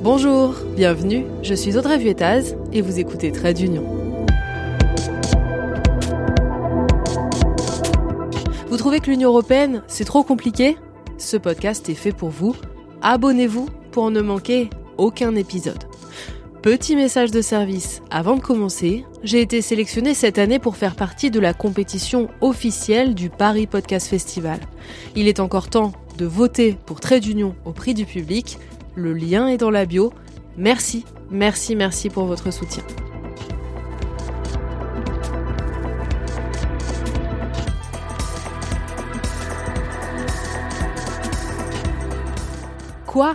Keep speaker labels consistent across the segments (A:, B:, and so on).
A: Bonjour, bienvenue, je suis Audrey Vuettaz et vous écoutez Trait d'Union. Vous trouvez que l'Union européenne, c'est trop compliqué ? Ce podcast est fait pour vous. Abonnez-vous pour ne manquer aucun épisode. Petit message de service, avant de commencer, j'ai été sélectionnée cette année pour faire partie de la compétition officielle du Paris Podcast Festival. Il est encore temps de voter pour Trait d'Union au prix du public. Le lien est dans la bio. Merci pour votre soutien. Quoi ?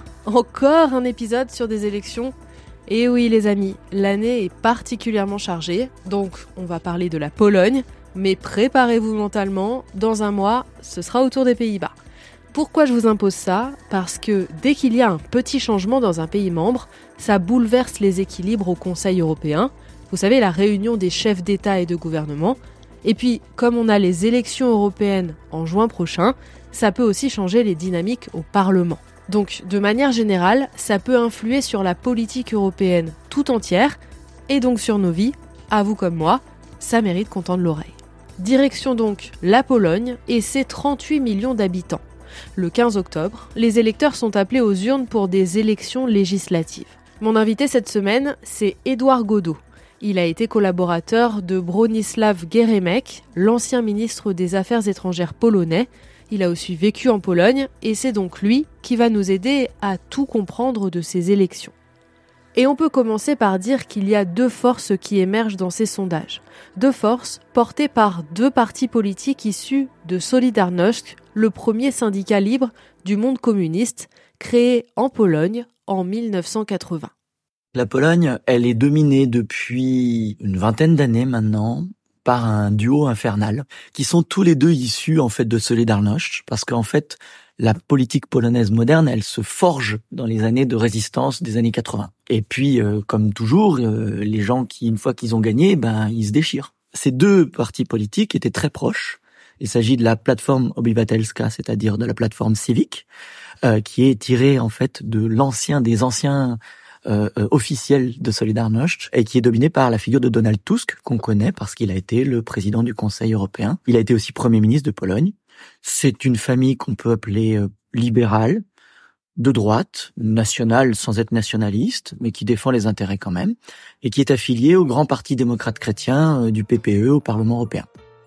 A: Encore un épisode sur des élections ? Eh oui les amis, l'année est particulièrement chargée, donc on va parler de la Pologne, mais préparez-vous mentalement, dans un mois, ce sera au tour des Pays-Bas. Pourquoi je vous impose ça ? Parce que dès qu'il y a un petit changement dans un pays membre, ça bouleverse les équilibres au Conseil européen. Vous savez, la réunion des chefs d'État et de gouvernement. Et puis, comme on a les élections européennes en juin prochain, ça peut aussi changer les dynamiques au Parlement. Donc, de manière générale, ça peut influer sur la politique européenne tout entière, et donc sur nos vies, à vous comme moi, ça mérite qu'on tende l'oreille. Direction donc la Pologne et ses 38 millions d'habitants. Le 15 octobre, les électeurs sont appelés aux urnes pour des élections législatives. Mon invité cette semaine, c'est Edouard Godot. Il a été collaborateur de Bronisław Geremek, l'ancien ministre des Affaires étrangères polonais. Il a aussi vécu en Pologne et c'est donc lui qui va nous aider à tout comprendre de ces élections. Et on peut commencer par dire qu'il y a deux forces qui émergent dans ces sondages. Deux forces portées par deux partis politiques issus de Solidarność, le premier syndicat libre du monde communiste, créé en Pologne en 1980.
B: La Pologne, elle est dominée depuis une vingtaine d'années maintenant par un duo infernal, qui sont tous les deux issus en fait de Solidarność, parce qu'en fait, la politique polonaise moderne, elle se forge dans les années de résistance des années 80. Et puis, comme toujours, les gens qui, une fois qu'ils ont gagné, ils se déchirent. Ces deux partis politiques étaient très proches. Il s'agit de la plateforme Obywatelska, c'est-à-dire de la plateforme civique, qui est tirée en fait de des anciens officiel de Solidarność et qui est dominé par la figure de Donald Tusk, qu'on connaît parce qu'il a été le président du Conseil européen. Il a été aussi Premier ministre de Pologne. C'est une famille qu'on peut appeler libérale, de droite, nationale sans être nationaliste, mais qui défend les intérêts quand même, et qui est affiliée au grand parti démocrate chrétien du PPE au Parlement européen.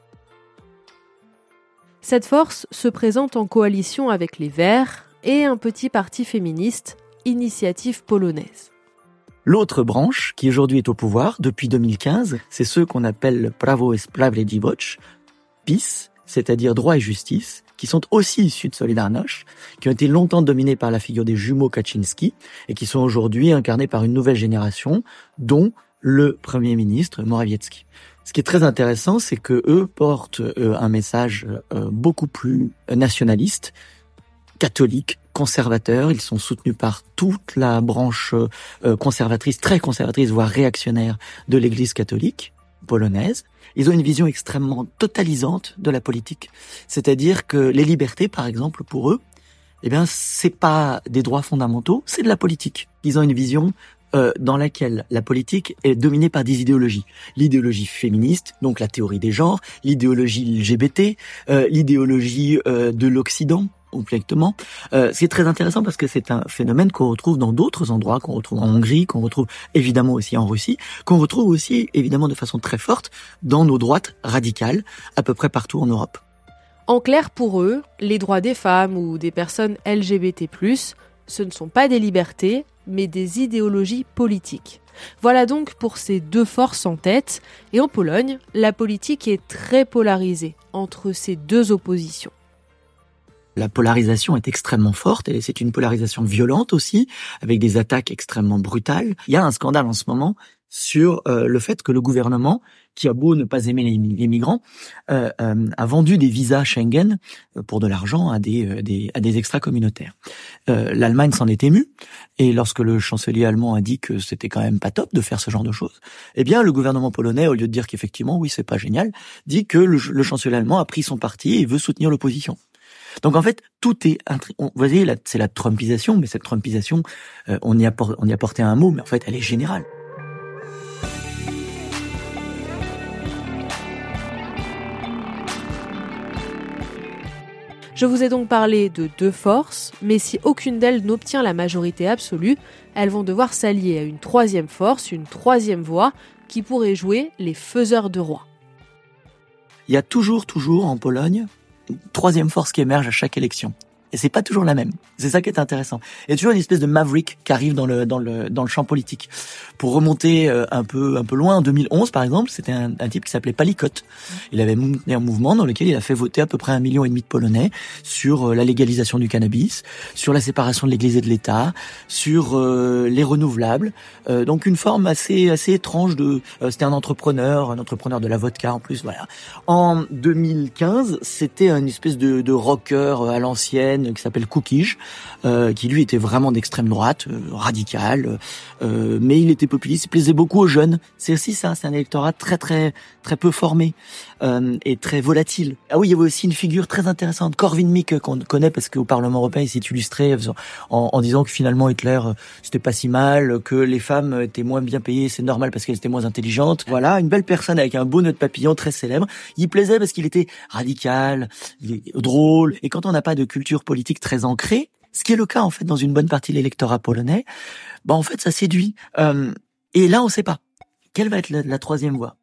A: Cette force se présente en coalition avec les Verts et un petit parti féministe, Initiative polonaise.
B: L'autre branche, qui aujourd'hui est au pouvoir depuis 2015, c'est ceux qu'on appelle Prawo i Sprawiedliwość, PiS, c'est-à-dire droit et justice, qui sont aussi issus de Solidarność, qui ont été longtemps dominés par la figure des jumeaux Kaczynski et qui sont aujourd'hui incarnés par une nouvelle génération, dont le Premier ministre Morawiecki. Ce qui est très intéressant, c'est que eux portent un message beaucoup plus nationaliste, catholique, conservateurs. Ils sont soutenus par toute la branche conservatrice, très conservatrice, voire réactionnaire de l'Église catholique polonaise. Ils ont une vision extrêmement totalisante de la politique. C'est-à-dire que les libertés, par exemple, pour eux, c'est pas des droits fondamentaux, c'est de la politique. Ils ont une vision dans laquelle la politique est dominée par des idéologies. L'idéologie féministe, donc la théorie des genres, l'idéologie LGBT, l'idéologie de l'Occident, complètement. C'est très intéressant parce que c'est un phénomène qu'on retrouve dans d'autres endroits, qu'on retrouve en Hongrie, qu'on retrouve évidemment aussi en Russie, qu'on retrouve aussi évidemment de façon très forte dans nos droites radicales, à peu près partout en Europe.
A: En clair, pour eux, les droits des femmes ou des personnes LGBT+, ce ne sont pas des libertés, mais des idéologies politiques. Voilà donc pour ces deux forces en tête. Et en Pologne, la politique est très polarisée entre ces deux oppositions.
B: La polarisation est extrêmement forte et c'est une polarisation violente aussi, avec des attaques extrêmement brutales. Il y a un scandale en ce moment sur le fait que le gouvernement, qui a beau ne pas aimer les migrants, a vendu des visas Schengen pour de l'argent à des extra-communautaires. L'Allemagne s'en est émue, et lorsque le chancelier allemand a dit que c'était quand même pas top de faire ce genre de choses, eh bien le gouvernement polonais, au lieu de dire qu'effectivement oui c'est pas génial, dit que le chancelier allemand a pris son parti et veut soutenir l'opposition. Donc en fait, tout est... Vous voyez, là, c'est la Trumpisation, mais cette Trumpisation, on y a porté un mot, mais en fait, elle est générale.
A: Je vous ai donc parlé de 2 forces, mais si aucune d'elles n'obtient la majorité absolue, elles vont devoir s'allier à une 3e force, une 3e voie, qui pourrait jouer les faiseurs de rois.
B: Il y a toujours en Pologne, une 3e force qui émerge à chaque élection. Et c'est pas toujours la même. C'est ça qui est intéressant. Il y a toujours une espèce de maverick qui arrive dans le champ politique. Pour remonter un peu loin, en 2011 par exemple, c'était un type qui s'appelait Palikot. Il avait mené un mouvement dans lequel il a fait voter à peu près 1,5 million de Polonais sur la légalisation du cannabis, sur la séparation de l'Église et de l'État, sur les renouvelables. Donc une forme assez étrange de. C'était un entrepreneur de la vodka en plus. Voilà. En 2015, c'était une espèce de rocker à l'ancienne qui s'appelle Kukiz, qui lui était vraiment d'extrême droite, radical, mais il était populiste, il plaisait beaucoup aux jeunes. C'est aussi ça, c'est un électorat très peu formé et très volatile. Ah oui, il y avait aussi une figure très intéressante, Korwin Mikke, qu'on connaît parce qu'au Parlement européen il s'est illustré en disant que finalement Hitler c'était pas si mal, que les femmes étaient moins bien payées, c'est normal parce qu'elles étaient moins intelligentes. Voilà, une belle personne avec un beau nœud de papillon très célèbre. Il plaisait parce qu'il était radical, drôle, et quand on n'a pas de culture politique très ancrée, ce qui est le cas en fait dans une bonne partie de l'électorat polonais, en fait ça séduit. Et là on sait pas quelle va être la 3e voie.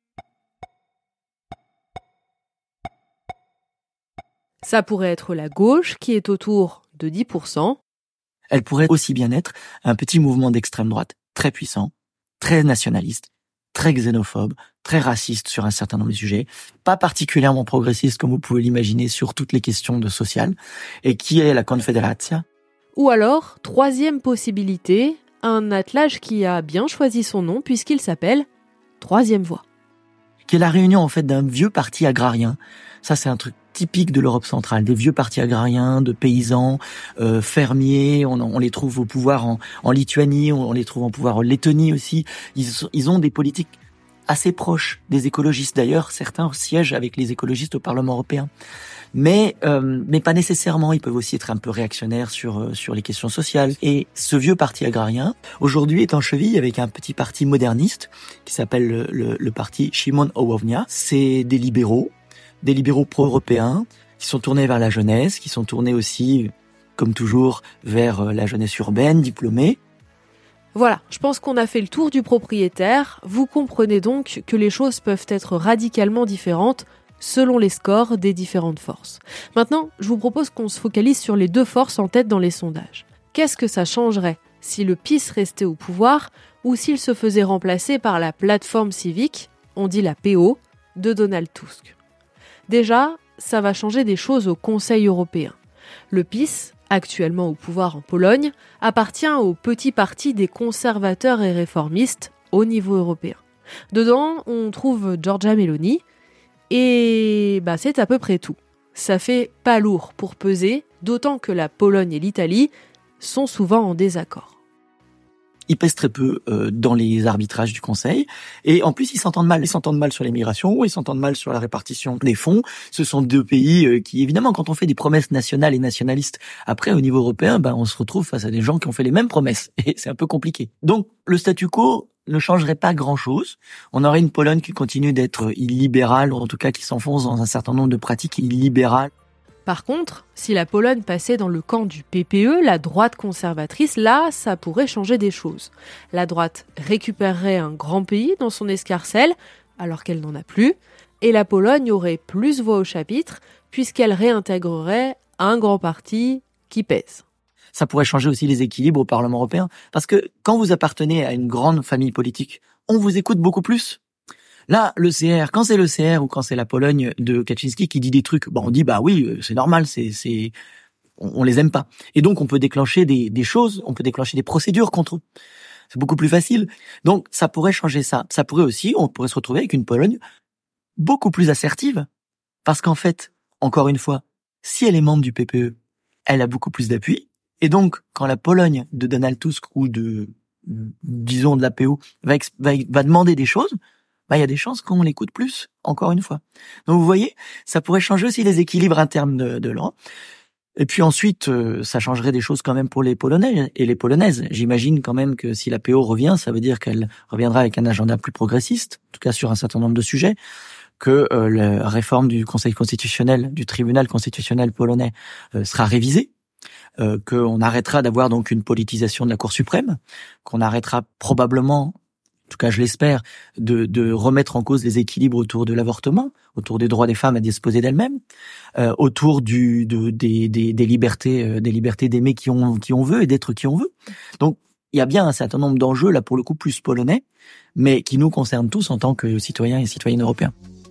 A: Ça pourrait être la gauche qui est autour de 10%.
B: Elle pourrait aussi bien être un petit mouvement d'extrême droite très puissant, très nationaliste, très xénophobe, très raciste sur un certain nombre de sujets, pas particulièrement progressiste comme vous pouvez l'imaginer sur toutes les questions de sociales, et qui est la Konfederacja.
A: Ou alors, 3e possibilité, un attelage qui a bien choisi son nom puisqu'il s'appelle 3e voie.
B: Qui est la réunion en fait d'un vieux parti agrarien. Ça c'est un truc typique de l'Europe centrale, des vieux partis agrariens, de paysans, fermiers. On les trouve au pouvoir en Lituanie, on les trouve au pouvoir en Lettonie aussi. Ils ont des politiques assez proches des écologistes. D'ailleurs, certains siègent avec les écologistes au Parlement européen. Mais pas nécessairement. Ils peuvent aussi être un peu réactionnaires sur les questions sociales. Et ce vieux parti agrarien, aujourd'hui, est en cheville avec un petit parti moderniste qui s'appelle le parti Szymon Hołownia. C'est des libéraux pro-européens qui sont tournés vers la jeunesse, qui sont tournés aussi, comme toujours, vers la jeunesse urbaine, diplômée.
A: Voilà, je pense qu'on a fait le tour du propriétaire. Vous comprenez donc que les choses peuvent être radicalement différentes selon les scores des différentes forces. Maintenant, je vous propose qu'on se focalise sur les 2 forces en tête dans les sondages. Qu'est-ce que ça changerait si le PiS restait au pouvoir ou s'il se faisait remplacer par la plateforme civique, on dit la PO, de Donald Tusk? Déjà, ça va changer des choses au Conseil européen. Le PiS, actuellement au pouvoir en Pologne, appartient au petit parti des conservateurs et réformistes au niveau européen. Dedans, on trouve Giorgia Meloni, et c'est à peu près tout. Ça fait pas lourd pour peser, d'autant que la Pologne et l'Italie sont souvent en désaccord.
B: Ils pèsent très peu dans les arbitrages du Conseil. Et en plus, ils s'entendent mal. Ils s'entendent mal sur l'immigration, ils s'entendent mal sur la répartition des fonds. Ce sont 2 pays qui, évidemment, quand on fait des promesses nationales et nationalistes, après, au niveau européen, on se retrouve face à des gens qui ont fait les mêmes promesses. Et c'est un peu compliqué. Donc, le statu quo ne changerait pas grand-chose. On aurait une Pologne qui continue d'être illibérale, ou en tout cas qui s'enfonce dans un certain nombre de pratiques illibérales.
A: Par contre, si la Pologne passait dans le camp du PPE, la droite conservatrice, là, ça pourrait changer des choses. La droite récupérerait un grand pays dans son escarcelle, alors qu'elle n'en a plus, et la Pologne aurait plus voix au chapitre, puisqu'elle réintégrerait un grand parti qui pèse.
B: Ça pourrait changer aussi les équilibres au Parlement européen, parce que quand vous appartenez à une grande famille politique, on vous écoute beaucoup plus. Là, l'ECR, quand c'est l'ECR ou quand c'est la Pologne de Kaczynski qui dit des trucs, on dit oui, c'est normal, on les aime pas. Et donc on peut déclencher des choses, on peut déclencher des procédures contre eux. C'est beaucoup plus facile. Donc ça pourrait changer ça. Ça pourrait aussi, on pourrait se retrouver avec une Pologne beaucoup plus assertive, parce qu'en fait, encore une fois, si elle est membre du PPE, elle a beaucoup plus d'appui. Et donc, quand la Pologne de Donald Tusk ou de la PO va demander des choses, il y a des chances qu'on l'écoute plus, encore une fois. Donc vous voyez, ça pourrait changer aussi les équilibres internes de l'Europe. Et puis ensuite, ça changerait des choses quand même pour les Polonais et les Polonaises. J'imagine quand même que si la PO revient, ça veut dire qu'elle reviendra avec un agenda plus progressiste, en tout cas sur un certain nombre de sujets, que la réforme du Conseil constitutionnel, du tribunal constitutionnel polonais sera révisée, qu'on arrêtera d'avoir donc une politisation de la Cour suprême, qu'on arrêtera probablement, en tout cas je l'espère, de remettre en cause les équilibres autour de l'avortement, autour des droits des femmes à disposer d'elles-mêmes, autour des libertés d'aimer qui on veut et d'être qui on veut. Donc il y a bien un certain nombre d'enjeux là pour le coup plus polonais, mais qui nous concernent tous en tant que citoyens et citoyennes européens.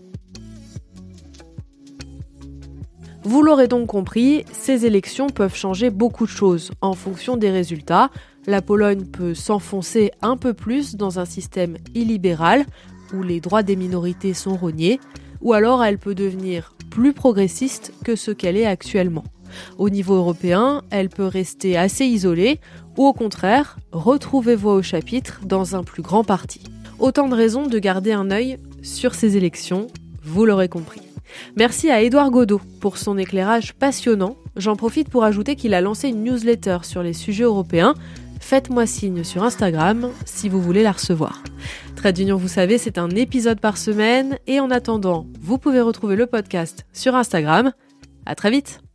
A: Vous l'aurez donc compris, ces élections peuvent changer beaucoup de choses en fonction des résultats. La Pologne peut s'enfoncer un peu plus dans un système illibéral où les droits des minorités sont rognés, ou alors elle peut devenir plus progressiste que ce qu'elle est actuellement. Au niveau européen, elle peut rester assez isolée ou au contraire, retrouver voix au chapitre dans un plus grand parti. Autant de raisons de garder un œil sur ces élections, vous l'aurez compris. Merci à Édouard Godot pour son éclairage passionnant. J'en profite pour ajouter qu'il a lancé une newsletter sur les sujets européens. Faites-moi signe sur Instagram si vous voulez la recevoir. Trade d'Union, vous savez, c'est un épisode par semaine et en attendant, vous pouvez retrouver le podcast sur Instagram. À très vite.